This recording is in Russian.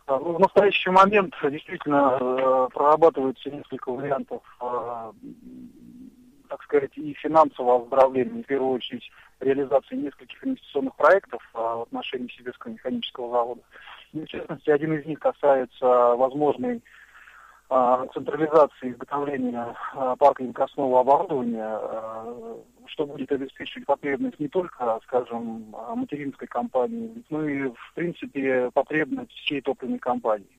В настоящий момент действительно прорабатывается несколько вариантов, так сказать, и финансового оздоровления, в первую очередь, реализации нескольких инвестиционных проектов в отношении Сибирского механического завода. И, в частности, один из них касается возможной централизации изготовления парка инкасного оборудования, что будет обеспечивать потребность не только, скажем, материнской компании, но и, в принципе, потребность всей топливной компании.